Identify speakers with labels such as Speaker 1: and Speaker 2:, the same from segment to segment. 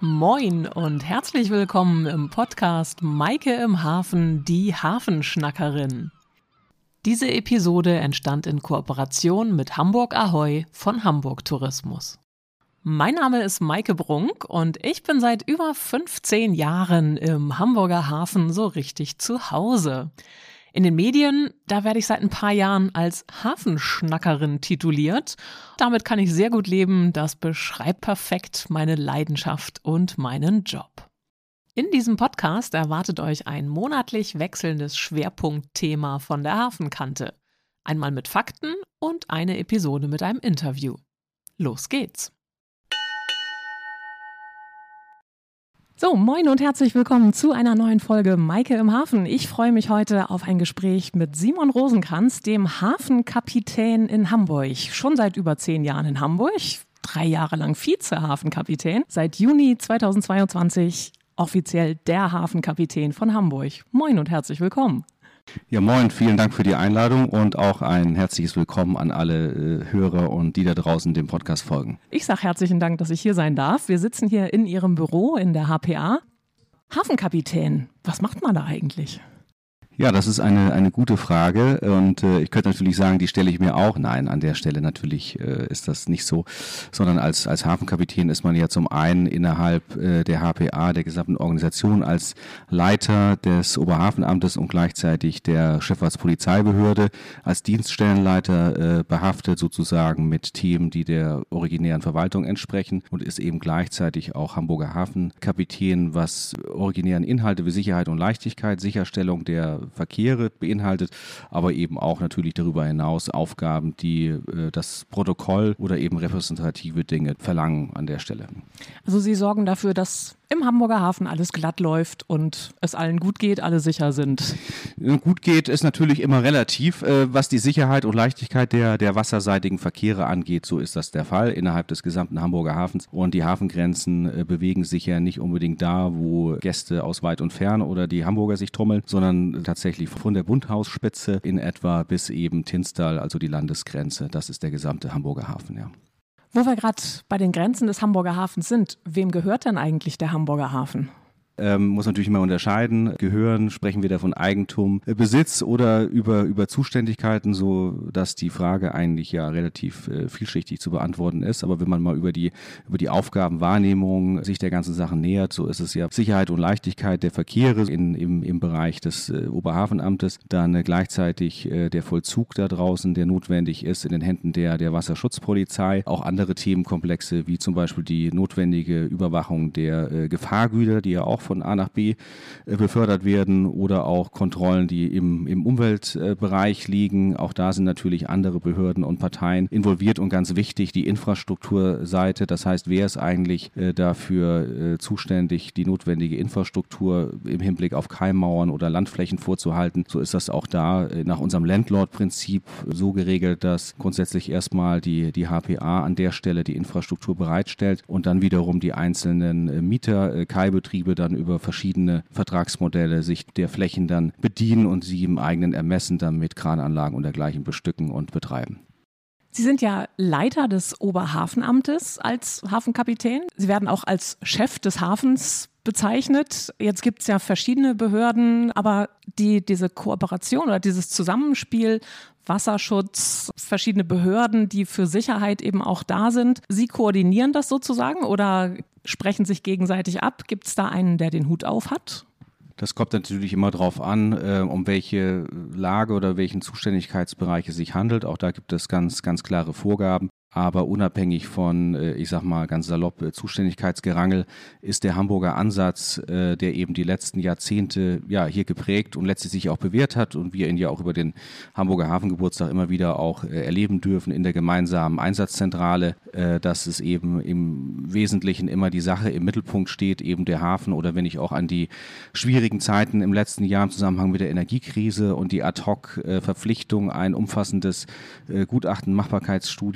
Speaker 1: Moin und herzlich willkommen im Podcast Maike im Hafen, die Hafenschnackerin. Diese Episode entstand in Kooperation mit Hamburg Ahoi von Hamburg Tourismus. Mein Name ist Maike Brunk und ich bin seit über 15 Jahren im Hamburger Hafen so richtig zu Hause. In den Medien, da werde ich seit ein paar Jahren als Hafenschnackerin tituliert. Damit kann ich sehr gut leben, das beschreibt perfekt meine Leidenschaft und meinen Job. In diesem Podcast erwartet euch ein monatlich wechselndes Schwerpunktthema von der Hafenkante. Einmal mit Fakten und eine Episode mit einem Interview. Los geht's! So, moin und herzlich willkommen zu einer neuen Folge Maike im Hafen. Ich freue mich heute auf ein Gespräch mit Simon Rosenkranz, dem Hafenkapitän in Hamburg. Schon seit über 10 Jahren in Hamburg, 3 Jahre lang Vize-Hafenkapitän. Seit Juni 2022 offiziell der Hafenkapitän von Hamburg. Moin und herzlich willkommen.
Speaker 2: Ja, moin, vielen Dank für die Einladung und auch ein herzliches Willkommen an alle Hörer und die da draußen dem Podcast folgen.
Speaker 1: Ich sage herzlichen Dank, dass ich hier sein darf. Wir sitzen hier in Ihrem Büro in der HPA. Hafenkapitän, was macht man da eigentlich?
Speaker 2: Ja, das ist eine gute Frage und ich könnte natürlich sagen, die stelle ich mir auch. Nein, an der Stelle natürlich ist das nicht so, sondern als Hafenkapitän ist man ja zum einen innerhalb der HPA, der gesamten Organisation, als Leiter des Oberhafenamtes und gleichzeitig der Schifffahrtspolizeibehörde, als Dienststellenleiter behaftet sozusagen mit Themen, die der originären Verwaltung entsprechen und ist eben gleichzeitig auch Hamburger Hafenkapitän, was originären Inhalte wie Sicherheit und Leichtigkeit, Sicherstellung der Verkehre beinhaltet, aber eben auch natürlich darüber hinaus Aufgaben, die das Protokoll oder eben repräsentative Dinge verlangen an der Stelle.
Speaker 1: Also Sie sorgen dafür, dass im Hamburger Hafen alles glatt läuft und es allen gut geht, alle sicher sind.
Speaker 2: Gut geht ist natürlich immer relativ, was die Sicherheit und Leichtigkeit der wasserseitigen Verkehre angeht. So ist das der Fall innerhalb des gesamten Hamburger Hafens. Und die Hafengrenzen bewegen sich ja nicht unbedingt da, wo Gäste aus weit und fern oder die Hamburger sich tummeln, sondern tatsächlich von der Bundhausspitze in etwa bis eben Tinsdal, also die Landesgrenze. Das ist der gesamte Hamburger Hafen, ja.
Speaker 1: Wo wir gerade bei den Grenzen des Hamburger Hafens sind, wem gehört denn eigentlich der Hamburger Hafen?
Speaker 2: Muss natürlich immer unterscheiden. Gehören, sprechen wir da von Eigentum, Besitz oder über Zuständigkeiten, so dass die Frage eigentlich ja relativ vielschichtig zu beantworten ist. Aber wenn man mal über die Aufgabenwahrnehmung sich der ganzen Sachen nähert, so ist es ja Sicherheit und Leichtigkeit der Verkehre im Bereich des Oberhafenamtes, dann gleichzeitig der Vollzug da draußen, der notwendig ist in den Händen der Wasserschutzpolizei. Auch andere Themenkomplexe, wie zum Beispiel die notwendige Überwachung der Gefahrgüter, die ja auch von A nach B befördert werden oder auch Kontrollen, die im Umweltbereich liegen. Auch da sind natürlich andere Behörden und Parteien involviert und ganz wichtig die Infrastrukturseite. Das heißt, wer ist eigentlich dafür zuständig, die notwendige Infrastruktur im Hinblick auf Keimmauern oder Landflächen vorzuhalten. So ist das auch da nach unserem Landlord-Prinzip so geregelt, dass grundsätzlich erstmal die HPA an der Stelle die Infrastruktur bereitstellt und dann wiederum die einzelnen Mieter, Kaibetriebe dann über verschiedene Vertragsmodelle sich der Flächen dann bedienen und sie im eigenen Ermessen dann mit Krananlagen und dergleichen bestücken und betreiben.
Speaker 1: Sie sind ja Leiter des Oberhafenamtes als Hafenkapitän. Sie werden auch als Chef des Hafens bezeichnet. Jetzt gibt es ja verschiedene Behörden, aber diese Kooperation oder dieses Zusammenspiel Wasserschutz, verschiedene Behörden, die für Sicherheit eben auch da sind. Sie koordinieren das sozusagen oder sprechen sich gegenseitig ab? Gibt es da einen, der den Hut auf hat?
Speaker 2: Das kommt natürlich immer darauf an, um welche Lage oder welchen Zuständigkeitsbereich es sich handelt. Auch da gibt es ganz, ganz klare Vorgaben. Aber unabhängig von, ich sag mal ganz salopp, Zuständigkeitsgerangel, ist der Hamburger Ansatz, der eben die letzten Jahrzehnte ja hier geprägt und letztlich sich auch bewährt hat und wir ihn ja auch über den Hamburger Hafengeburtstag immer wieder auch erleben dürfen in der gemeinsamen Einsatzzentrale, dass es eben im Wesentlichen immer die Sache im Mittelpunkt steht, eben der Hafen, oder wenn ich auch an die schwierigen Zeiten im letzten Jahr im Zusammenhang mit der Energiekrise und die Ad-hoc-Verpflichtung, ein umfassendes Gutachten, Machbarkeitsstudie zu LNG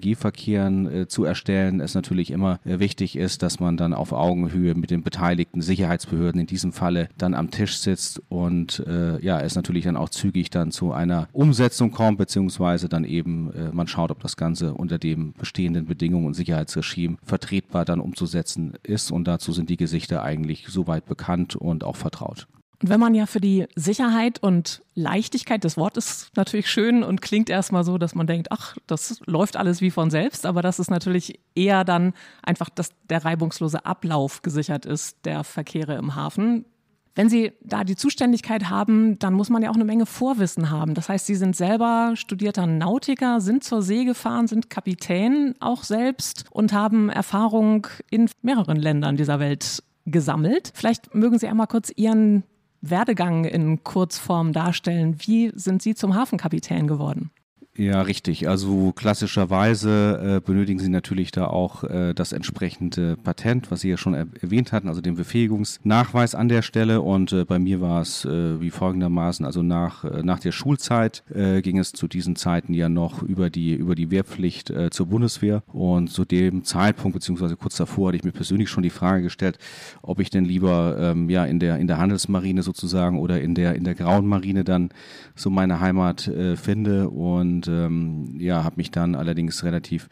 Speaker 2: LNG-Verkehren zu erstellen, es natürlich immer wichtig ist, dass man dann auf Augenhöhe mit den beteiligten Sicherheitsbehörden in diesem Falle dann am Tisch sitzt und es natürlich dann auch zügig dann zu einer Umsetzung kommt, beziehungsweise dann eben man schaut, ob das Ganze unter dem bestehenden Bedingungen und Sicherheitsregime vertretbar dann umzusetzen ist, und dazu sind die Gesichter eigentlich soweit bekannt und auch vertraut.
Speaker 1: Und wenn man ja für die Sicherheit und Leichtigkeit, das Wort ist natürlich schön und klingt erstmal so, dass man denkt, ach, das läuft alles wie von selbst, aber das ist natürlich eher dann einfach, dass der reibungslose Ablauf gesichert ist, der Verkehre im Hafen. Wenn Sie da die Zuständigkeit haben, dann muss man ja auch eine Menge Vorwissen haben. Das heißt, Sie sind selber studierter Nautiker, sind zur See gefahren, sind Kapitän auch selbst und haben Erfahrung in mehreren Ländern dieser Welt gesammelt. Vielleicht mögen Sie einmal kurz Ihren Werdegang in Kurzform darstellen. Wie sind Sie zum Hafenkapitän geworden?
Speaker 2: Ja, richtig. Also klassischerweise benötigen Sie natürlich da auch das entsprechende Patent, was Sie ja schon erwähnt hatten, also den Befähigungsnachweis an der Stelle. Und bei mir war es wie folgendermaßen, also nach der Schulzeit ging es zu diesen Zeiten ja noch über die Wehrpflicht zur Bundeswehr. Und zu dem Zeitpunkt, beziehungsweise kurz davor, hatte ich mir persönlich schon die Frage gestellt, ob ich denn lieber in der Handelsmarine sozusagen oder in der Grauen Marine dann so meine Heimat finde. Und habe mich dann allerdings relativ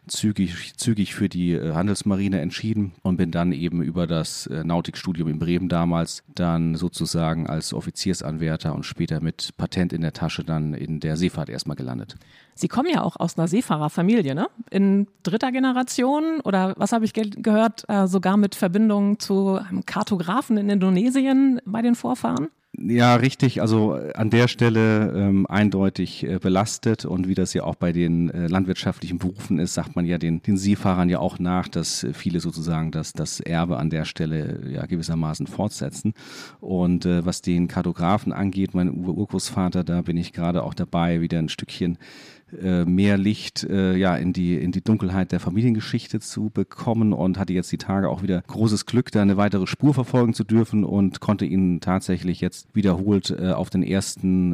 Speaker 2: zügig für die Handelsmarine entschieden und bin dann eben über das Nautikstudium in Bremen damals dann sozusagen als Offiziersanwärter und später mit Patent in der Tasche dann in der Seefahrt erstmal gelandet.
Speaker 1: Sie kommen ja auch aus einer Seefahrerfamilie, ne? In dritter Generation oder was habe ich gehört, sogar mit Verbindung zu einem Kartografen in Indonesien bei den Vorfahren?
Speaker 2: Ja, richtig. Also an der Stelle eindeutig belastet, und wie das ja auch bei den landwirtschaftlichen Berufen ist, sagt man ja den Seefahrern ja auch nach, dass viele sozusagen das Erbe an der Stelle ja gewissermaßen fortsetzen. Und was den Kartografen angeht, mein Urgroßvater, da bin ich gerade auch dabei, wieder ein Stückchen mehr Licht in die Dunkelheit der Familiengeschichte zu bekommen, und hatte jetzt die Tage auch wieder großes Glück, da eine weitere Spur verfolgen zu dürfen und konnte ihn tatsächlich jetzt wiederholt auf den ersten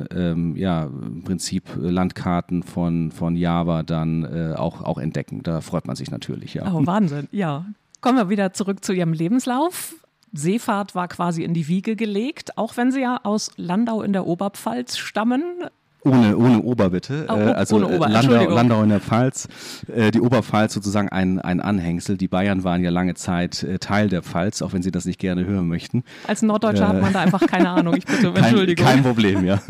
Speaker 2: im Prinzip Landkarten von Java dann auch entdecken. Da freut man sich natürlich, ja.
Speaker 1: Oh, Wahnsinn, ja. Kommen wir wieder zurück zu Ihrem Lebenslauf. Seefahrt war quasi in die Wiege gelegt, auch wenn Sie ja aus Landau in der Oberpfalz stammen.
Speaker 2: Ohne Ober bitte,
Speaker 1: ohne Ober.
Speaker 2: Landau in der Pfalz, die Oberpfalz sozusagen ein Anhängsel. Die Bayern waren ja lange Zeit Teil der Pfalz, auch wenn Sie das nicht gerne hören möchten.
Speaker 1: Als Norddeutscher hat man da einfach keine Ahnung, ich bitte um Entschuldigung.
Speaker 2: Kein Problem, ja.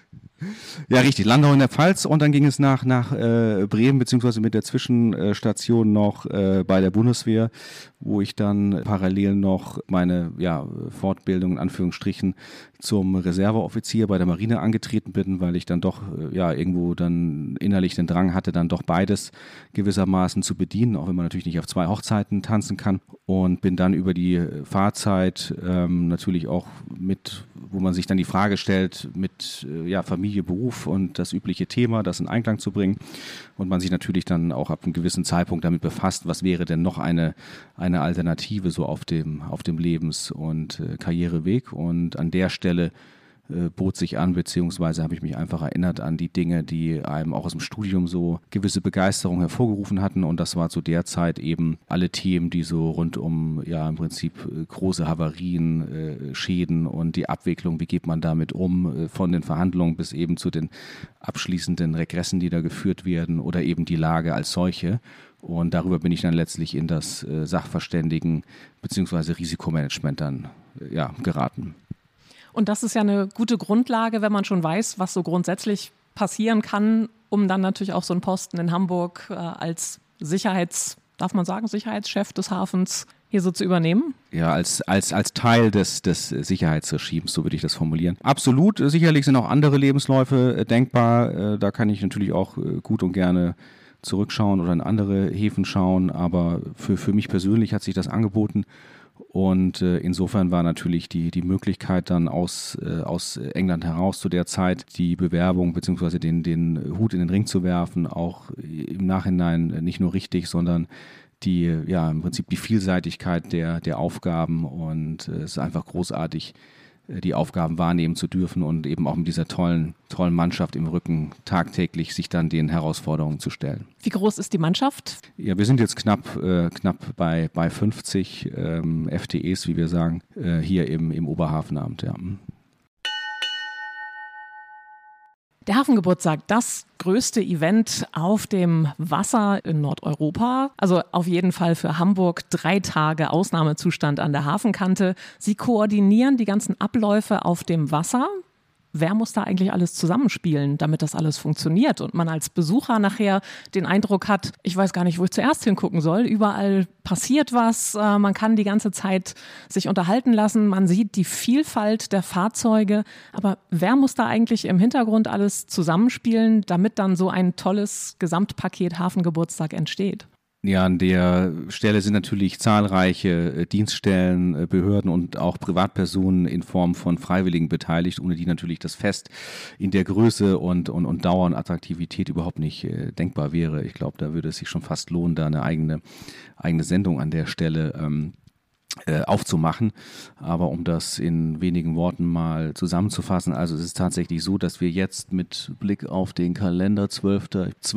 Speaker 2: Ja, richtig, Landau in der Pfalz, und dann ging es nach Bremen, beziehungsweise mit der Zwischenstation noch bei der Bundeswehr, wo ich dann parallel noch meine Fortbildung in Anführungsstrichen zum Reserveoffizier bei der Marine angetreten bin, weil ich dann doch irgendwo dann innerlich den Drang hatte, dann doch beides gewissermaßen zu bedienen, auch wenn man natürlich nicht auf zwei Hochzeiten tanzen kann, und bin dann über die Fahrzeit natürlich auch mit, wo man sich dann die Frage stellt, mit Familie, Beruf und das übliche Thema, das in Einklang zu bringen, und man sich natürlich dann auch ab einem gewissen Zeitpunkt damit befasst, was wäre denn noch eine Alternative so auf dem Lebens- und Karriereweg, und an der Stelle bot sich an, beziehungsweise habe ich mich einfach erinnert an die Dinge, die einem auch aus dem Studium so gewisse Begeisterung hervorgerufen hatten, und das war zu der Zeit eben alle Themen, die so rund um im Prinzip große Havarien, Schäden und die Abwicklung, wie geht man damit um, von den Verhandlungen bis eben zu den abschließenden Regressen, die da geführt werden, oder eben die Lage als solche. Und darüber bin ich dann letztlich in das Sachverständigen- bzw. Risikomanagement dann geraten.
Speaker 1: Und das ist ja eine gute Grundlage, wenn man schon weiß, was so grundsätzlich passieren kann, um dann natürlich auch so einen Posten in Hamburg als Sicherheitschef des Hafens hier so zu übernehmen?
Speaker 2: Ja, als Teil des Sicherheitsregimes, so würde ich das formulieren. Absolut, sicherlich sind auch andere Lebensläufe denkbar. Da kann ich natürlich auch gut und gerne zurückschauen oder in andere Häfen schauen, aber für mich persönlich hat sich das angeboten. Und insofern war natürlich die Möglichkeit dann aus England heraus zu der Zeit die Bewerbung bzw. den Hut in den Ring zu werfen, auch im Nachhinein nicht nur richtig, sondern im Prinzip die Vielseitigkeit der Aufgaben, und es ist einfach großartig, die Aufgaben wahrnehmen zu dürfen und eben auch mit dieser tollen Mannschaft im Rücken tagtäglich sich dann den Herausforderungen zu stellen.
Speaker 1: Wie groß ist die Mannschaft?
Speaker 2: Ja, wir sind jetzt knapp bei 50 FTEs, wie wir sagen, hier im Oberhafenamt. Ja.
Speaker 1: Der Hafengeburtstag, das größte Event auf dem Wasser in Nordeuropa. Also auf jeden Fall für Hamburg 3 Tage Ausnahmezustand an der Hafenkante. Sie koordinieren die ganzen Abläufe auf dem Wasser. Wer muss da eigentlich alles zusammenspielen, damit das alles funktioniert und man als Besucher nachher den Eindruck hat, ich weiß gar nicht, wo ich zuerst hingucken soll. Überall passiert was, man kann die ganze Zeit sich unterhalten lassen, man sieht die Vielfalt der Fahrzeuge. Aber wer muss da eigentlich im Hintergrund alles zusammenspielen, damit dann so ein tolles Gesamtpaket Hafengeburtstag entsteht?
Speaker 2: Ja, an der Stelle sind natürlich zahlreiche Dienststellen, Behörden und auch Privatpersonen in Form von Freiwilligen beteiligt, ohne die natürlich das Fest in der Größe und Dauer und Attraktivität überhaupt nicht denkbar wäre. Ich glaube, da würde es sich schon fast lohnen, da eine eigene Sendung an der Stelle aufzumachen. Aber um das in wenigen Worten mal zusammenzufassen, also es ist tatsächlich so, dass wir jetzt mit Blick auf den Kalender 12.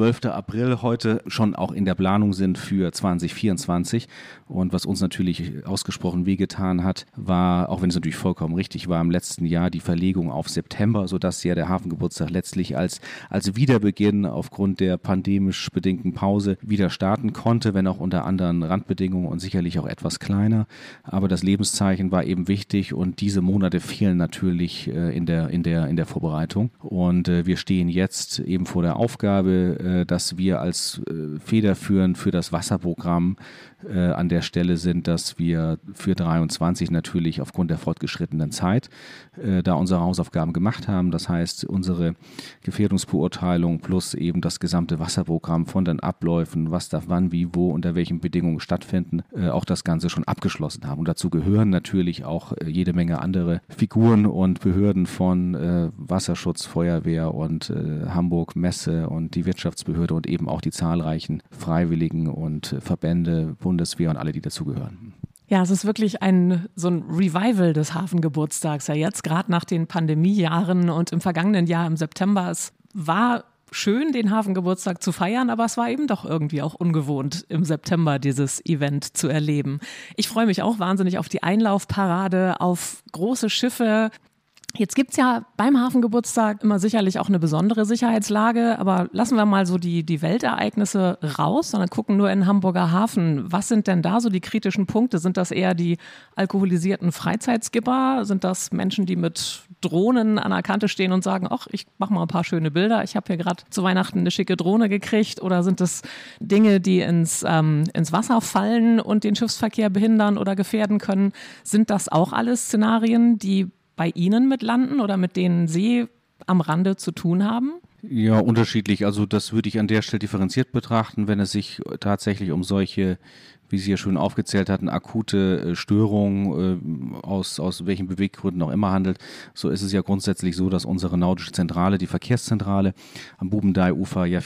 Speaker 2: April heute schon auch in der Planung sind für 2024. Und was uns natürlich ausgesprochen wehgetan hat, war, auch wenn es natürlich vollkommen richtig war, im letzten Jahr die Verlegung auf September, sodass ja der Hafengeburtstag letztlich als Wiederbeginn aufgrund der pandemisch bedingten Pause wieder starten konnte, wenn auch unter anderen Randbedingungen und sicherlich auch etwas kleiner. Aber das Lebenszeichen war eben wichtig und diese Monate fehlen natürlich in der Vorbereitung. Und wir stehen jetzt eben vor der Aufgabe, dass wir als federführend für das Wasserprogramm an der Stelle sind, dass wir für 23 natürlich aufgrund der fortgeschrittenen Zeit da unsere Hausaufgaben gemacht haben. Das heißt, unsere Gefährdungsbeurteilung plus eben das gesamte Wasserprogramm von den Abläufen, was darf wann, wie, wo, unter welchen Bedingungen stattfinden, auch das Ganze schon abgeschlossen haben. Und dazu gehören natürlich auch jede Menge andere Figuren und Behörden von Wasserschutz, Feuerwehr und Hamburg Messe und die Wirtschaftsbehörde und eben auch die zahlreichen Freiwilligen und Verbände, Bundeswehr und alle, die dazugehören.
Speaker 1: Ja, es ist wirklich so ein Revival des Hafengeburtstags ja jetzt, gerade nach den Pandemiejahren und im vergangenen Jahr im September. Es war schön, den Hafengeburtstag zu feiern, aber es war eben doch irgendwie auch ungewohnt, im September dieses Event zu erleben. Ich freue mich auch wahnsinnig auf die Einlaufparade, auf große Schiffe. Jetzt gibt's ja beim Hafengeburtstag immer sicherlich auch eine besondere Sicherheitslage, aber lassen wir mal so die Weltereignisse raus, sondern gucken nur in Hamburger Hafen. Was sind denn da so die kritischen Punkte? Sind das eher die alkoholisierten Freizeitskipper? Sind das Menschen, die mit Drohnen an der Kante stehen und sagen, ach, ich mache mal ein paar schöne Bilder, ich habe hier gerade zu Weihnachten eine schicke Drohne gekriegt? Oder sind das Dinge, die ins Wasser fallen und den Schiffsverkehr behindern oder gefährden können? Sind das auch alles Szenarien, die bei Ihnen mit landen oder mit denen Sie am Rande zu tun haben?
Speaker 2: Ja, unterschiedlich. Also das würde ich an der Stelle differenziert betrachten, wenn es sich tatsächlich um solche, wie Sie ja schön aufgezählt hatten, akute Störungen aus welchen Beweggründen auch immer handelt. So ist es ja grundsätzlich so, dass unsere nautische Zentrale, die Verkehrszentrale am Bubendai-Ufer ja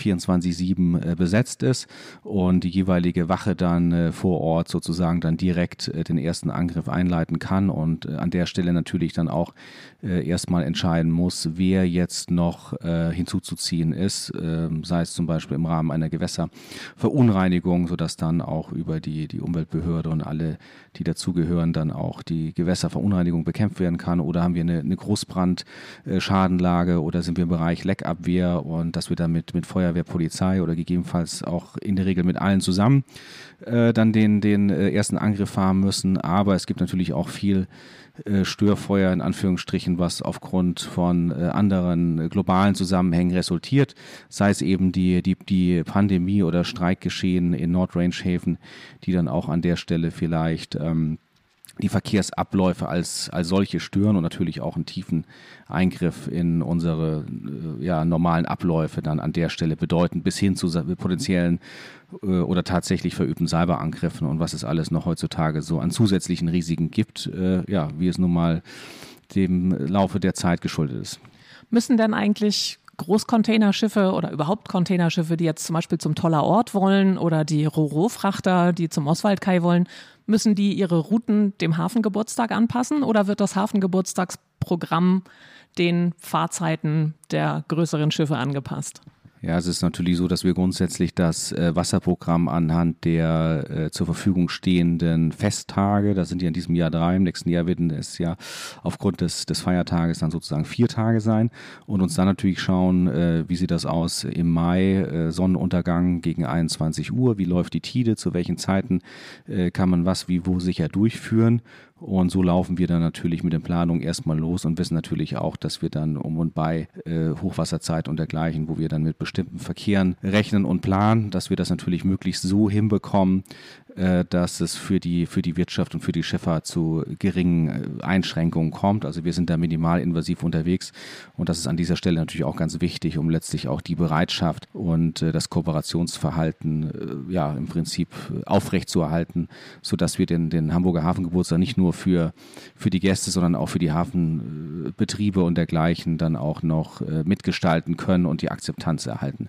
Speaker 2: 24/7 besetzt ist und die jeweilige Wache dann vor Ort sozusagen dann direkt den ersten Angriff einleiten kann und an der Stelle natürlich dann auch erstmal entscheiden muss, wer jetzt noch hinzuzuziehen ist, sei es zum Beispiel im Rahmen einer Gewässerverunreinigung, sodass dann auch über die Umweltbehörde und alle, die dazugehören, dann auch die Gewässerverunreinigung bekämpft werden kann. Oder haben wir eine Großbrandschadenlage oder sind wir im Bereich Leckabwehr und dass wir dann mit Feuerwehr, Polizei oder gegebenenfalls auch in der Regel mit allen zusammen dann den ersten Angriff fahren müssen. Aber es gibt natürlich auch viel Störfeuer in Anführungsstrichen, was aufgrund von anderen globalen Zusammenhängen resultiert, sei es eben die Pandemie oder Streikgeschehen in Nordrange-Häfen, die dann auch an der Stelle vielleicht die Verkehrsabläufe als solche stören und natürlich auch einen tiefen Eingriff in unsere normalen Abläufe dann an der Stelle bedeuten, bis hin zu potenziellen oder tatsächlich verübten Cyberangriffen und was es alles noch heutzutage so an zusätzlichen Risiken gibt, wie es nun mal dem Laufe der Zeit geschuldet ist.
Speaker 1: Müssen denn eigentlich Großcontainerschiffe oder überhaupt Containerschiffe, die jetzt zum Beispiel zum Toller Ort wollen oder die Ro-Ro-Frachter, die zum Oswaldkai wollen, müssen die ihre Routen dem Hafengeburtstag anpassen oder wird das Hafengeburtstagsprogramm den Fahrzeiten der größeren Schiffe angepasst?
Speaker 2: Ja, es ist natürlich so, dass wir grundsätzlich das Wasserprogramm anhand der zur Verfügung stehenden Festtage, das sind ja in diesem Jahr 3, im nächsten Jahr werden es ja aufgrund des Feiertages dann sozusagen 4 Tage sein und uns dann natürlich schauen, wie sieht das aus im Mai, Sonnenuntergang gegen 21 Uhr, wie läuft die Tide, zu welchen Zeiten kann man was wie wo sicher durchführen. Und so laufen wir dann natürlich mit den Planungen erstmal los und wissen natürlich auch, dass wir dann um und bei Hochwasserzeit und dergleichen, wo wir dann mit bestimmten Verkehren rechnen und planen, dass wir das natürlich möglichst so hinbekommen, dass es für die Wirtschaft und für die Schifffahrt zu geringen Einschränkungen kommt. Also wir sind da minimalinvasiv unterwegs und das ist an dieser Stelle natürlich auch ganz wichtig, um letztlich auch die Bereitschaft und das Kooperationsverhalten im Prinzip aufrechtzuerhalten, sodass wir den Hamburger Hafengeburtstag nicht nur für die Gäste, sondern auch für die Hafenbetriebe und dergleichen dann auch noch mitgestalten können und die Akzeptanz erhalten.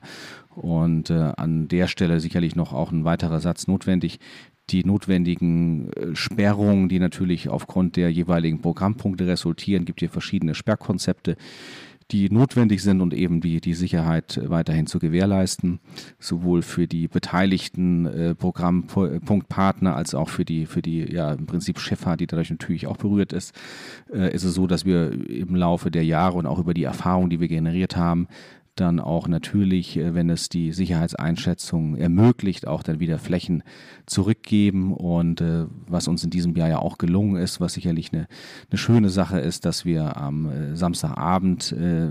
Speaker 2: Und an der Stelle sicherlich noch auch ein weiterer Satz notwendig. Die notwendigen Sperrungen, die natürlich aufgrund der jeweiligen Programmpunkte resultieren, gibt hier verschiedene Sperrkonzepte, die notwendig sind und eben die Sicherheit weiterhin zu gewährleisten, sowohl für die beteiligten Programmpunktpartner als auch für die im Prinzip Schifffahrt, die dadurch natürlich auch berührt ist es so, dass wir im Laufe der Jahre und auch über die Erfahrung, die wir generiert haben, dann auch natürlich, wenn es die Sicherheitseinschätzung ermöglicht, auch dann wieder Flächen zurückgeben. Und was uns in diesem Jahr ja auch gelungen ist, was sicherlich eine schöne Sache ist, dass wir am Samstagabend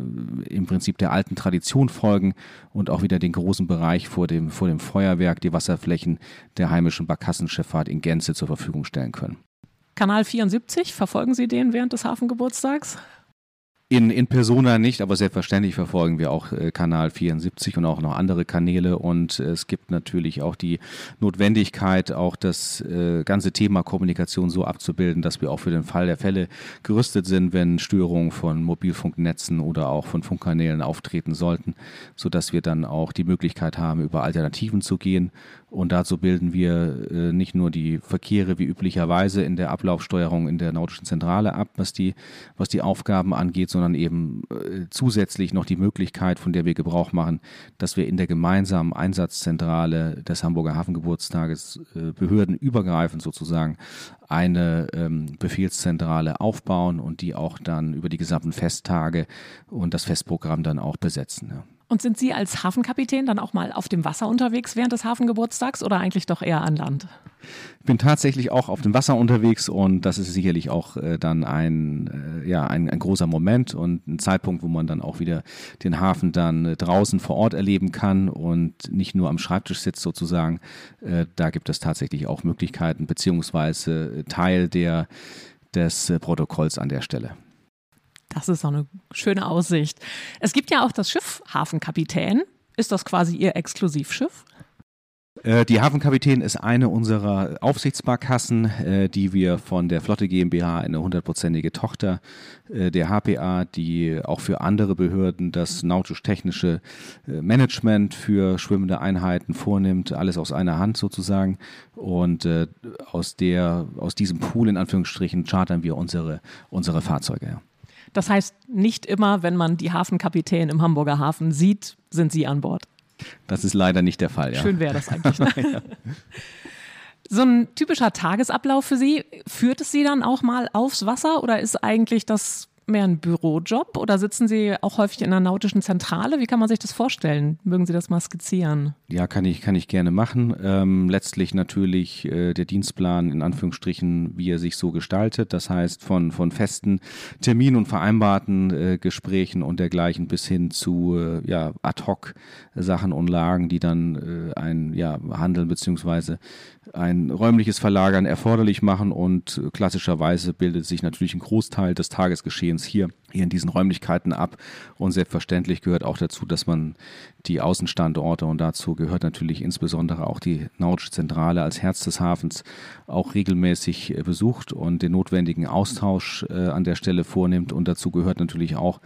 Speaker 2: im Prinzip der alten Tradition folgen und auch wieder den großen Bereich vor dem Feuerwerk, die Wasserflächen der heimischen Barkassenschifffahrt in Gänze zur Verfügung stellen können.
Speaker 1: Kanal 74, verfolgen Sie den während des Hafengeburtstags?
Speaker 2: In Persona nicht, aber selbstverständlich verfolgen wir auch Kanal 74 und auch noch andere Kanäle und es gibt natürlich auch die Notwendigkeit, auch das ganze Thema Kommunikation so abzubilden, dass wir auch für den Fall der Fälle gerüstet sind, wenn Störungen von Mobilfunknetzen oder auch von Funkkanälen auftreten sollten, sodass wir dann auch die Möglichkeit haben, über Alternativen zu gehen. Und dazu bilden wir nicht nur die Verkehre wie üblicherweise in der Ablaufsteuerung in der Nautischen Zentrale ab, was die Aufgaben angeht, sondern eben zusätzlich noch die Möglichkeit, von der wir Gebrauch machen, dass wir in der gemeinsamen Einsatzzentrale des Hamburger Hafengeburtstages behördenübergreifend sozusagen eine Befehlszentrale aufbauen und die auch dann über die gesamten Festtage und das Festprogramm dann auch besetzen. Ja.
Speaker 1: Und sind Sie als Hafenkapitän dann auch mal auf dem Wasser unterwegs während des Hafengeburtstags oder eigentlich doch eher an Land?
Speaker 2: Ich bin tatsächlich auch auf dem Wasser unterwegs und das ist sicherlich auch dann ein großer Moment und ein Zeitpunkt, wo man dann auch wieder den Hafen dann draußen vor Ort erleben kann und nicht nur am Schreibtisch sitzt sozusagen. Da gibt es tatsächlich auch Möglichkeiten beziehungsweise Teil des Protokolls an der Stelle.
Speaker 1: Das ist auch eine schöne Aussicht. Es gibt ja auch das Schiff Hafenkapitän. Ist das quasi Ihr Exklusivschiff?
Speaker 2: Die Hafenkapitän ist eine unserer Aufsichtsbarkassen, die wir von der Flotte GmbH, eine 100%ige Tochter der HPA, die auch für andere Behörden das nautisch-technische Management für schwimmende Einheiten vornimmt, alles aus einer Hand sozusagen. Und aus diesem Pool in Anführungsstrichen chartern wir unsere Fahrzeuge. Ja.
Speaker 1: Das heißt, nicht immer, wenn man die Hafenkapitän im Hamburger Hafen sieht, sind Sie an Bord.
Speaker 2: Das ist leider nicht der Fall, ja.
Speaker 1: Schön wäre das eigentlich. Ne? Ja. So ein typischer Tagesablauf für Sie, führt es Sie dann auch mal aufs Wasser oder ist eigentlich das mehr ein Bürojob oder sitzen Sie auch häufig in einer nautischen Zentrale? Wie kann man sich das vorstellen? Mögen Sie das mal skizzieren?
Speaker 2: Ja, kann ich gerne machen. Letztlich natürlich der Dienstplan in Anführungsstrichen, wie er sich so gestaltet. Das heißt von festen Terminen und vereinbarten Gesprächen und dergleichen bis hin zu Ad-Hoc-Sachen und Lagen, die dann ein Handeln beziehungsweise ein räumliches Verlagern erforderlich machen und klassischerweise bildet sich natürlich ein Großteil des Tagesgeschehens hier in diesen Räumlichkeiten ab und selbstverständlich gehört auch dazu, dass man die Außenstandorte und dazu gehört natürlich insbesondere auch die Nautische Zentrale als Herz des Hafens auch regelmäßig besucht und den notwendigen Austausch an der Stelle vornimmt und dazu gehört natürlich auch,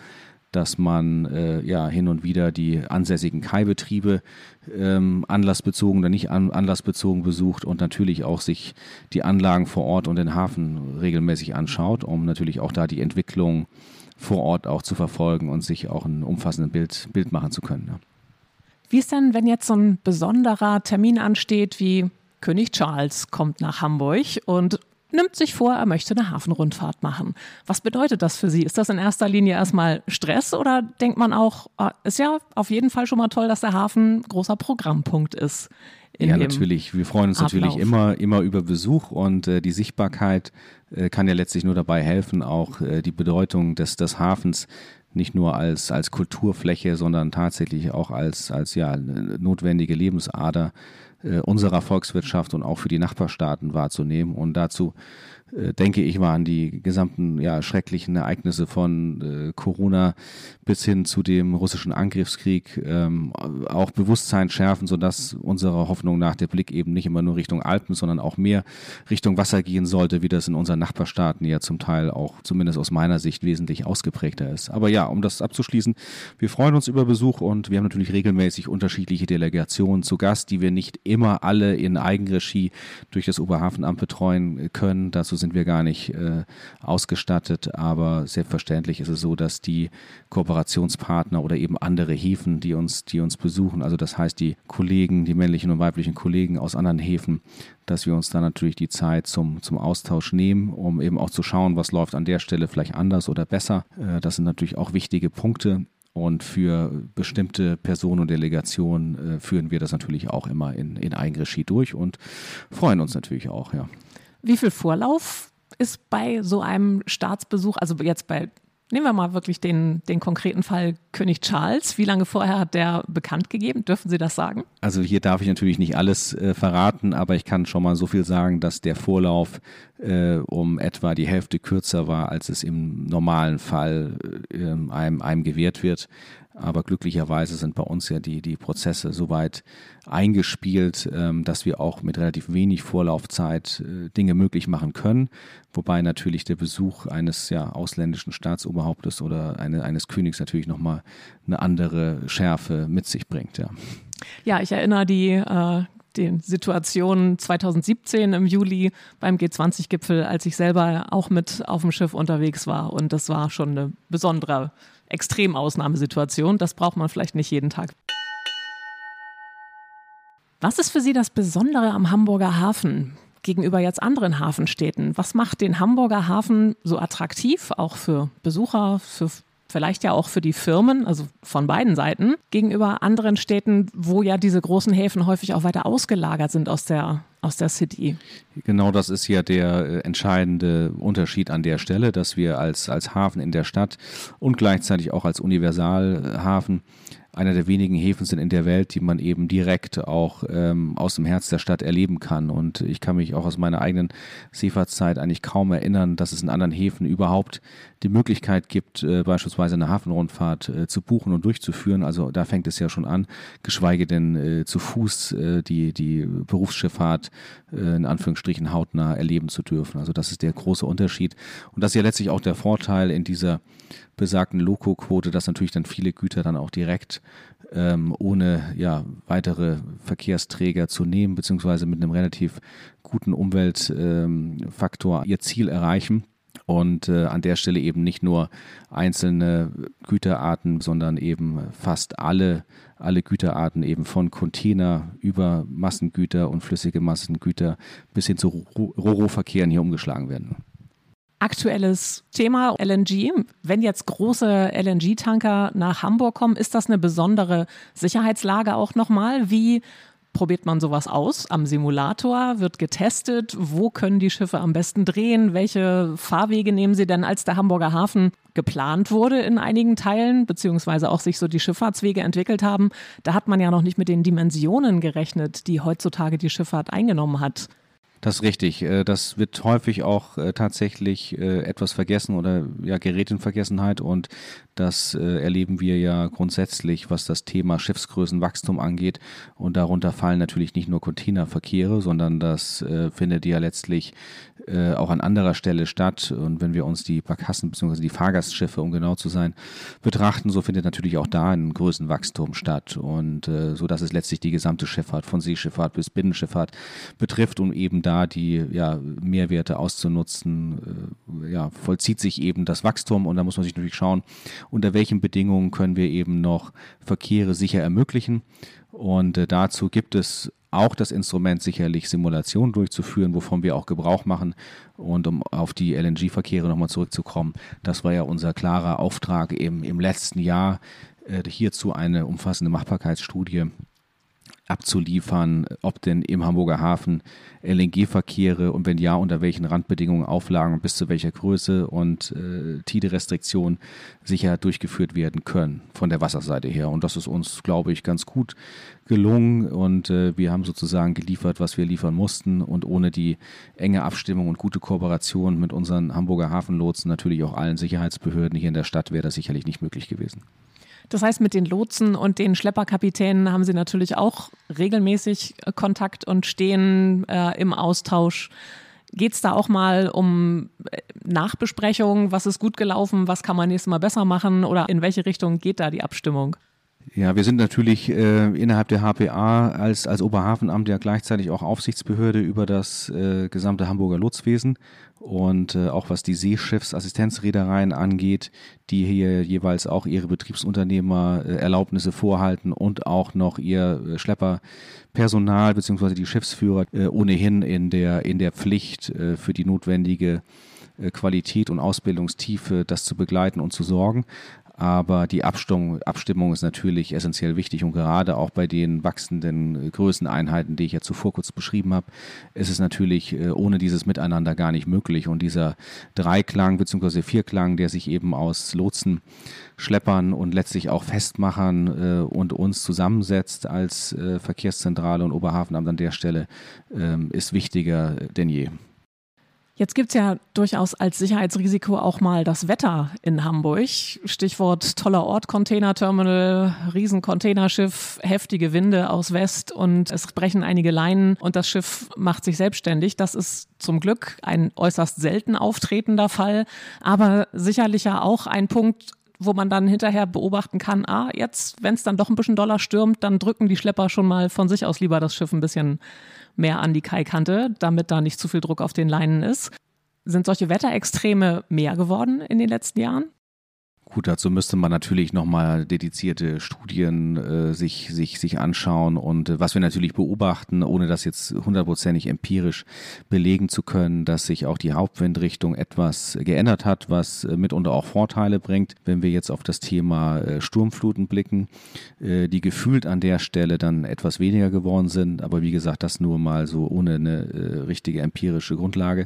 Speaker 2: dass man hin und wieder die ansässigen Kaibetriebe anlassbezogen oder nicht anlassbezogen besucht und natürlich auch sich die Anlagen vor Ort und den Hafen regelmäßig anschaut, um natürlich auch da die Entwicklung vor Ort auch zu verfolgen und sich auch ein umfassendes Bild machen zu können. Ja.
Speaker 1: Wie ist denn, wenn jetzt so ein besonderer Termin ansteht, wie König Charles kommt nach Hamburg und nimmt sich vor, er möchte eine Hafenrundfahrt machen? Was bedeutet das für Sie? Ist das in erster Linie erstmal Stress oder denkt man auch, ist ja auf jeden Fall schon mal toll, dass der Hafen ein großer Programmpunkt ist?
Speaker 2: Ja, natürlich. Wir freuen uns
Speaker 1: Ablauf.
Speaker 2: natürlich immer über Besuch und die Sichtbarkeit kann ja letztlich nur dabei helfen, auch die Bedeutung des Hafens nicht nur als Kulturfläche, sondern tatsächlich auch als notwendige Lebensader unserer Volkswirtschaft und auch für die Nachbarstaaten wahrzunehmen. Und dazu, denke ich, waren die gesamten schrecklichen Ereignisse von Corona bis hin zu dem russischen Angriffskrieg auch Bewusstsein schärfen, sodass unserer Hoffnung nach der Blick eben nicht immer nur Richtung Alpen, sondern auch mehr Richtung Wasser gehen sollte, wie das in unseren Nachbarstaaten ja zum Teil auch, zumindest aus meiner Sicht, wesentlich ausgeprägter ist. Aber ja, um das abzuschließen, wir freuen uns über Besuch und wir haben natürlich regelmäßig unterschiedliche Delegationen zu Gast, die wir nicht immer alle in Eigenregie durch das Oberhafenamt betreuen können. Dazu sind wir gar nicht ausgestattet, aber selbstverständlich ist es so, dass die Kooperationspartner oder eben andere Häfen, die uns besuchen, also das heißt die Kollegen, die männlichen und weiblichen Kollegen aus anderen Häfen, dass wir uns da natürlich die Zeit zum Austausch nehmen, um eben auch zu schauen, was läuft an der Stelle vielleicht anders oder besser. Das sind natürlich auch wichtige Punkte. Und für bestimmte Personen und Delegationen führen wir das natürlich auch immer in Eigenregie durch und freuen uns natürlich auch, ja.
Speaker 1: Wie viel Vorlauf ist bei so einem Staatsbesuch, also jetzt nehmen wir mal wirklich den konkreten Fall König Charles. Wie lange vorher hat der bekannt gegeben? Dürfen Sie das sagen?
Speaker 2: Also hier darf ich natürlich nicht alles verraten, aber ich kann schon mal so viel sagen, dass der Vorlauf um etwa die Hälfte kürzer war, als es im normalen Fall einem gewährt wird. Aber glücklicherweise sind bei uns ja die Prozesse soweit eingespielt, dass wir auch mit relativ wenig Vorlaufzeit Dinge möglich machen können. Wobei natürlich der Besuch eines ausländischen Staatsoberhauptes oder eines Königs natürlich nochmal eine andere Schärfe mit sich bringt. Ja,
Speaker 1: ja, ich erinnere die Situation 2017 im Juli beim G20-Gipfel, als ich selber auch mit auf dem Schiff unterwegs war. Und das war schon eine besondere Extremausnahmesituation. Das braucht man vielleicht nicht jeden Tag. Was ist für Sie das Besondere am Hamburger Hafen gegenüber jetzt anderen Hafenstädten? Was macht den Hamburger Hafen so attraktiv, auch für Besucher, vielleicht ja auch für die Firmen, also von beiden Seiten, gegenüber anderen Städten, wo ja diese großen Häfen häufig auch weiter ausgelagert sind aus der City?
Speaker 2: Genau, das ist ja der entscheidende Unterschied an der Stelle, dass wir als Hafen in der Stadt und gleichzeitig auch als Universalhafen einer der wenigen Häfen sind in der Welt, die man eben direkt auch aus dem Herz der Stadt erleben kann. Und ich kann mich auch aus meiner eigenen Seefahrtszeit eigentlich kaum erinnern, dass es in anderen Häfen überhaupt die Möglichkeit gibt, beispielsweise eine Hafenrundfahrt zu buchen und durchzuführen. Also da fängt es ja schon an, geschweige denn zu Fuß die Berufsschifffahrt in Anführungsstrichen hautnah erleben zu dürfen. Also das ist der große Unterschied. Und das ist ja letztlich auch der Vorteil in dieser besagten Loco-Quote, dass natürlich dann viele Güter dann auch direkt ohne weitere Verkehrsträger zu nehmen, beziehungsweise mit einem relativ guten Umweltfaktor ihr Ziel erreichen. Und an der Stelle eben nicht nur einzelne Güterarten, sondern eben fast alle Güterarten eben von Container über Massengüter und flüssige Massengüter bis hin zu Ro-Ro-Verkehren hier umgeschlagen werden.
Speaker 1: Aktuelles Thema LNG. Wenn jetzt große LNG-Tanker nach Hamburg kommen, ist das eine besondere Sicherheitslage auch nochmal? Wie probiert man sowas aus? Am Simulator wird getestet. Wo können die Schiffe am besten drehen? Welche Fahrwege nehmen sie denn, als der Hamburger Hafen geplant wurde in einigen Teilen, beziehungsweise auch sich so die Schifffahrtswege entwickelt haben? Da hat man ja noch nicht mit den Dimensionen gerechnet, die heutzutage die Schifffahrt eingenommen hat.
Speaker 2: Das ist richtig. Das wird häufig auch tatsächlich etwas vergessen oder ja, gerät in Vergessenheit, und das erleben wir ja grundsätzlich, was das Thema Schiffsgrößenwachstum angeht, und darunter fallen natürlich nicht nur Containerverkehre, sondern das findet ja letztlich auch an anderer Stelle statt, und wenn wir uns die Barkassen bzw. die Fahrgastschiffe, um genau zu sein, betrachten, so findet natürlich auch da ein Größenwachstum statt, und so dass es letztlich die gesamte Schifffahrt von Seeschifffahrt bis Binnenschifffahrt betrifft, um eben da die Mehrwerte auszunutzen, vollzieht sich eben das Wachstum, und da muss man sich natürlich schauen, unter welchen Bedingungen können wir eben noch Verkehre sicher ermöglichen, und dazu gibt es auch das Instrument, sicherlich Simulationen durchzuführen, wovon wir auch Gebrauch machen. Und um auf die LNG-Verkehre nochmal zurückzukommen, das war ja unser klarer Auftrag im letzten Jahr, hierzu eine umfassende Machbarkeitsstudie abzuliefern, ob denn im Hamburger Hafen LNG-Verkehre und wenn ja, unter welchen Randbedingungen, Auflagen, bis zu welcher Größe und Tiderestriktionen sicher durchgeführt werden können von der Wasserseite her. Und das ist uns, glaube ich, ganz gut gelungen, und wir haben sozusagen geliefert, was wir liefern mussten, und ohne die enge Abstimmung und gute Kooperation mit unseren Hamburger Hafenlotsen, natürlich auch allen Sicherheitsbehörden hier in der Stadt, wäre das sicherlich nicht möglich gewesen.
Speaker 1: Das heißt, mit den Lotsen und den Schlepperkapitänen haben Sie natürlich auch regelmäßig Kontakt und stehen im Austausch. Geht es da auch mal um Nachbesprechungen? Was ist gut gelaufen? Was kann man nächstes Mal besser machen? Oder in welche Richtung geht da die Abstimmung?
Speaker 2: Ja, wir sind natürlich innerhalb der HPA als Oberhafenamt ja gleichzeitig auch Aufsichtsbehörde über das gesamte Hamburger Lotswesen, und auch was die Seeschiffsassistenzreedereien angeht, die hier jeweils auch ihre Betriebsunternehmererlaubnisse vorhalten und auch noch ihr Schlepperpersonal bzw. die Schiffsführer ohnehin in der Pflicht für die notwendige Qualität und Ausbildungstiefe, das zu begleiten und zu sorgen. Aber die Abstimmung ist natürlich essentiell wichtig, und gerade auch bei den wachsenden Größeneinheiten, die ich ja zuvor kurz beschrieben habe, ist es natürlich ohne dieses Miteinander gar nicht möglich. Und dieser Dreiklang bzw. Vierklang, der sich eben aus Lotsen, Schleppern und letztlich auch Festmachern und uns zusammensetzt als Verkehrszentrale und Oberhafenamt an der Stelle, ist wichtiger denn je.
Speaker 1: Jetzt gibt es ja durchaus als Sicherheitsrisiko auch mal das Wetter in Hamburg. Stichwort toller Ort, Containerterminal, Riesencontainerschiff, heftige Winde aus West und es brechen einige Leinen und das Schiff macht sich selbstständig. Das ist zum Glück ein äußerst selten auftretender Fall, aber sicherlich ja auch ein Punkt, wo man dann hinterher beobachten kann, jetzt, wenn es dann doch ein bisschen doller stürmt, dann drücken die Schlepper schon mal von sich aus lieber das Schiff ein bisschen mehr an die Kaikante, damit da nicht zu viel Druck auf den Leinen ist. Sind solche Wetterextreme mehr geworden in den letzten Jahren?
Speaker 2: Gut, dazu müsste man natürlich nochmal dedizierte Studien sich anschauen, und was wir natürlich beobachten, ohne das jetzt 100%ig empirisch belegen zu können, dass sich auch die Hauptwindrichtung etwas geändert hat, was mitunter auch Vorteile bringt, wenn wir jetzt auf das Thema Sturmfluten blicken, die gefühlt an der Stelle dann etwas weniger geworden sind, aber wie gesagt, das nur mal so ohne eine richtige empirische Grundlage.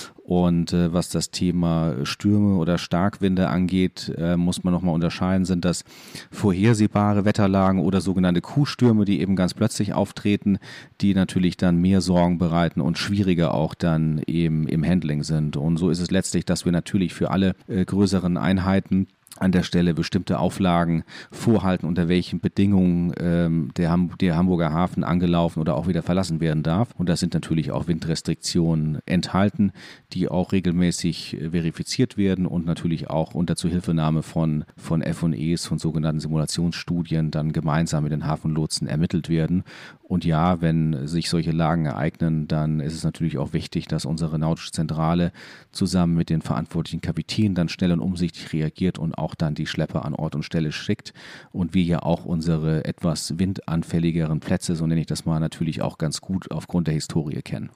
Speaker 2: Und was das Thema Stürme oder Starkwinde angeht, muss man nochmal unterscheiden, sind das vorhersehbare Wetterlagen oder sogenannte Kuhstürme, die eben ganz plötzlich auftreten, die natürlich dann mehr Sorgen bereiten und schwieriger auch dann eben im Handling sind. Und so ist es letztlich, dass wir natürlich für alle größeren Einheiten an der Stelle bestimmte Auflagen vorhalten, unter welchen Bedingungen der Hamburger Hafen angelaufen oder auch wieder verlassen werden darf. Und da sind natürlich auch Windrestriktionen enthalten, die auch regelmäßig verifiziert werden und natürlich auch unter Zuhilfenahme von F&Es, von sogenannten Simulationsstudien, dann gemeinsam mit den Hafenlotsen ermittelt werden. Und ja, wenn sich solche Lagen ereignen, dann ist es natürlich auch wichtig, dass unsere nautische Zentrale zusammen mit den verantwortlichen Kapitänen dann schnell und umsichtig reagiert und auch dann die Schlepper an Ort und Stelle schickt. Und wir ja auch unsere etwas windanfälligeren Plätze, so nenne ich das mal, natürlich auch ganz gut aufgrund der Historie kennen.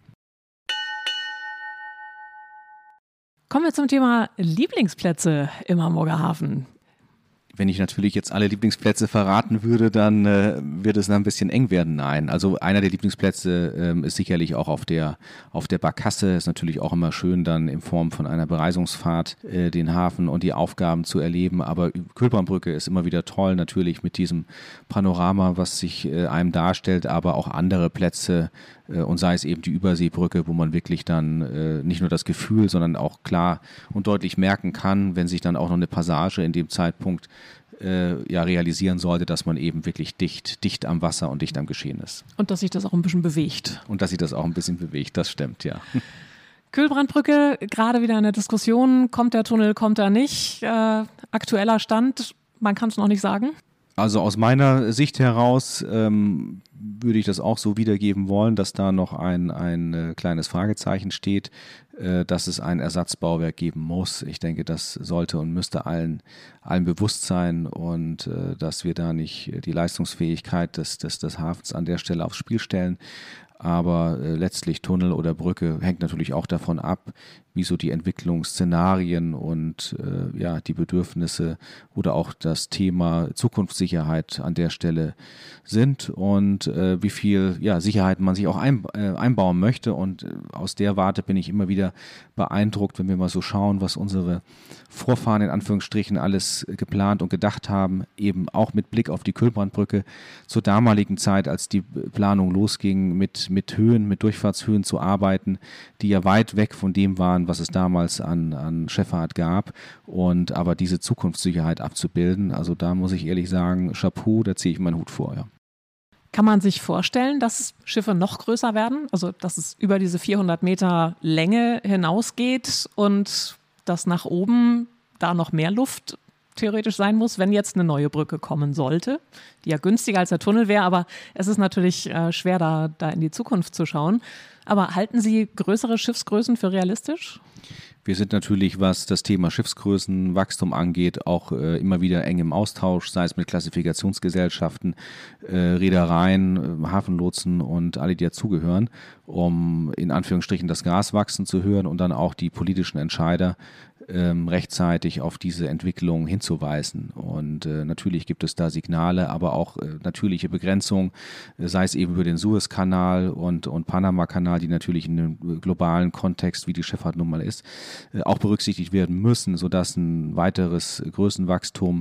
Speaker 1: Kommen wir zum Thema Lieblingsplätze im Hamburger Hafen.
Speaker 2: Wenn ich natürlich jetzt alle Lieblingsplätze verraten würde, dann wird es ein bisschen eng werden. Nein, also einer der Lieblingsplätze ist sicherlich auch auf der Barkasse. Ist natürlich auch immer schön, dann in Form von einer Bereisungsfahrt den Hafen und die Aufgaben zu erleben. Aber Kühlbahnbrücke ist immer wieder toll, natürlich mit diesem Panorama, was sich einem darstellt, aber auch andere Plätze und sei es eben die Überseebrücke, wo man wirklich dann nicht nur das Gefühl, sondern auch klar und deutlich merken kann, wenn sich dann auch noch eine Passage in dem Zeitpunkt realisieren sollte, dass man eben wirklich dicht am Wasser und dicht am Geschehen ist.
Speaker 1: Und dass sich das auch ein bisschen bewegt.
Speaker 2: Und dass sich das auch ein bisschen bewegt, das stimmt, ja.
Speaker 1: Kühlbrandbrücke, gerade wieder in der Diskussion, kommt der Tunnel, kommt er nicht? Aktueller Stand, man kann es noch nicht sagen.
Speaker 2: Also aus meiner Sicht heraus würde ich das auch so wiedergeben wollen, dass da noch ein kleines Fragezeichen steht, dass es ein Ersatzbauwerk geben muss. Ich denke, das sollte und müsste allen bewusst sein und dass wir da nicht die Leistungsfähigkeit des Hafens an der Stelle aufs Spiel stellen. Aber letztlich Tunnel oder Brücke hängt natürlich auch davon ab, wie so die Entwicklungsszenarien und die Bedürfnisse oder auch das Thema Zukunftssicherheit an der Stelle sind und wie viel Sicherheit man sich auch einbauen möchte. Und aus der Warte bin ich immer wieder beeindruckt, wenn wir mal so schauen, was unsere Vorfahren in Anführungsstrichen alles geplant und gedacht haben, eben auch mit Blick auf die Kühlbrandbrücke zur damaligen Zeit, als die Planung losging, mit Höhen, mit Durchfahrtshöhen zu arbeiten, die ja weit weg von dem waren, was es damals an Schifffahrt gab, und aber diese Zukunftssicherheit abzubilden. Also da muss ich ehrlich sagen, Chapeau, da ziehe ich meinen Hut vor, ja.
Speaker 1: Kann man sich vorstellen, dass Schiffe noch größer werden? Also dass es über diese 400 Meter Länge hinausgeht und dass nach oben da noch mehr Luft theoretisch sein muss, wenn jetzt eine neue Brücke kommen sollte, die ja günstiger als der Tunnel wäre, aber es ist natürlich schwer, da in die Zukunft zu schauen. Aber halten Sie größere Schiffsgrößen für realistisch?
Speaker 2: Wir sind natürlich, was das Thema Schiffsgrößenwachstum angeht, auch immer wieder eng im Austausch, sei es mit Klassifikationsgesellschaften, Reedereien, Hafenlotsen und alle, die dazugehören, um in Anführungsstrichen das Gras wachsen zu hören und dann auch die politischen Entscheider rechtzeitig auf diese Entwicklung hinzuweisen. Und natürlich gibt es da Signale, aber auch natürliche Begrenzungen, sei es eben über den Suezkanal und Panama-Kanal, die natürlich in einem globalen Kontext, wie die Schifffahrt nun mal ist, auch berücksichtigt werden müssen, sodass ein weiteres Größenwachstum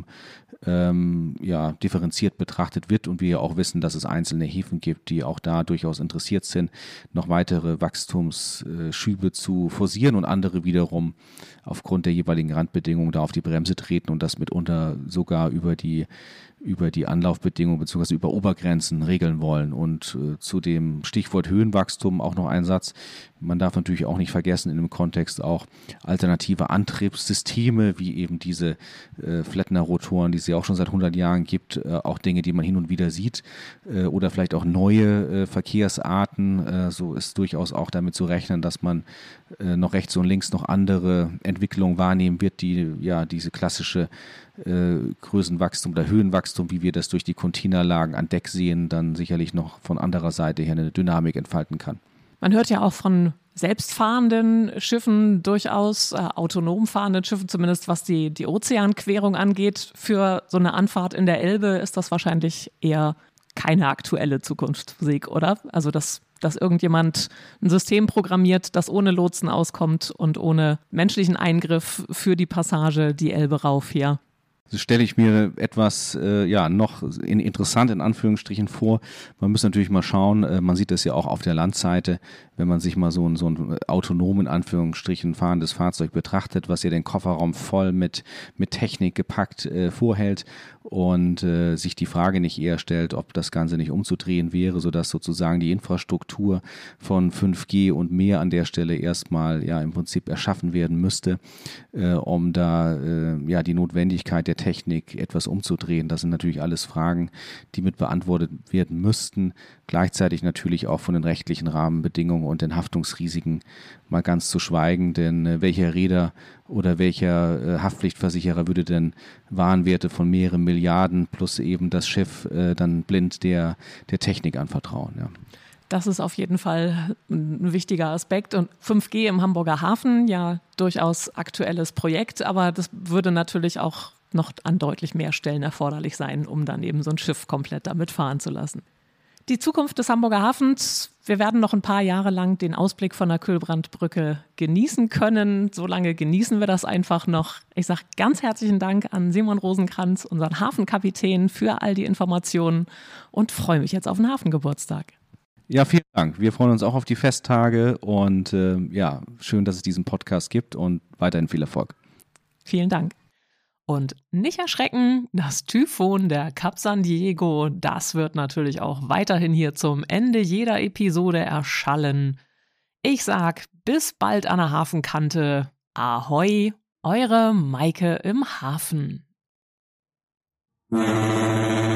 Speaker 2: differenziert betrachtet wird und wir ja auch wissen, dass es einzelne Häfen gibt, die auch da durchaus interessiert sind, noch weitere Wachstumsschübe zu forcieren und andere wiederum aufgrund der jeweiligen Randbedingungen da auf die Bremse treten und das mitunter sogar über die Anlaufbedingungen bzw. über Obergrenzen regeln wollen. Und zu dem Stichwort Höhenwachstum auch noch ein Satz. Man darf natürlich auch nicht vergessen, in dem Kontext auch alternative Antriebssysteme, wie eben diese Flettner-Rotoren, die es ja auch schon seit 100 Jahren gibt, auch Dinge, die man hin und wieder sieht, oder vielleicht auch neue Verkehrsarten. So ist durchaus auch damit zu rechnen, dass man noch rechts und links noch andere Entwicklungen wahrnehmen wird, die diese klassische Größenwachstum oder Höhenwachstum, wie wir das durch die Containerlagen an Deck sehen, dann sicherlich noch von anderer Seite her eine Dynamik entfalten kann.
Speaker 1: Man hört ja auch von selbstfahrenden Schiffen, durchaus autonom fahrenden Schiffen, zumindest was die Ozeanquerung angeht. Für so eine Anfahrt in der Elbe ist das wahrscheinlich eher keine aktuelle Zukunftsmusik, oder? Also dass irgendjemand ein System programmiert, das ohne Lotsen auskommt und ohne menschlichen Eingriff für die Passage die Elbe rauf hier.
Speaker 2: Das stelle ich mir etwas noch interessant in Anführungsstrichen vor. Man muss natürlich mal schauen, man sieht das ja auch auf der Landseite, wenn man sich mal so ein autonom in Anführungsstrichen fahrendes Fahrzeug betrachtet, was ja den Kofferraum voll mit Technik gepackt vorhält und sich die Frage nicht eher stellt, ob das Ganze nicht umzudrehen wäre, sodass sozusagen die Infrastruktur von 5G und mehr an der Stelle erstmal im Prinzip erschaffen werden müsste, um da die Notwendigkeit der Technik etwas umzudrehen. Das sind natürlich alles Fragen, die mit beantwortet werden müssten. Gleichzeitig natürlich auch von den rechtlichen Rahmenbedingungen und den Haftungsrisiken mal ganz zu schweigen, denn welcher Reeder oder welcher Haftpflichtversicherer würde denn Warenwerte von mehreren Milliarden plus eben das Schiff dann blind der Technik anvertrauen? Ja.
Speaker 1: Das ist auf jeden Fall ein wichtiger Aspekt. Und 5G im Hamburger Hafen, ja durchaus aktuelles Projekt, aber das würde natürlich auch noch an deutlich mehr Stellen erforderlich sein, um dann eben so ein Schiff komplett damit fahren zu lassen. Die Zukunft des Hamburger Hafens, wir werden noch ein paar Jahre lang den Ausblick von der Kühlbrandbrücke genießen können. So lange genießen wir das einfach noch. Ich sage ganz herzlichen Dank an Simon Rosenkranz, unseren Hafenkapitän, für all die Informationen und freue mich jetzt auf den Hafengeburtstag.
Speaker 2: Ja, vielen Dank. Wir freuen uns auch auf die Festtage und schön, dass es diesen Podcast gibt und weiterhin viel Erfolg.
Speaker 1: Vielen Dank. Und nicht erschrecken, das Typhon der Cap San Diego, das wird natürlich auch weiterhin hier zum Ende jeder Episode erschallen. Ich sag bis bald an der Hafenkante. Ahoi, eure Maike im Hafen.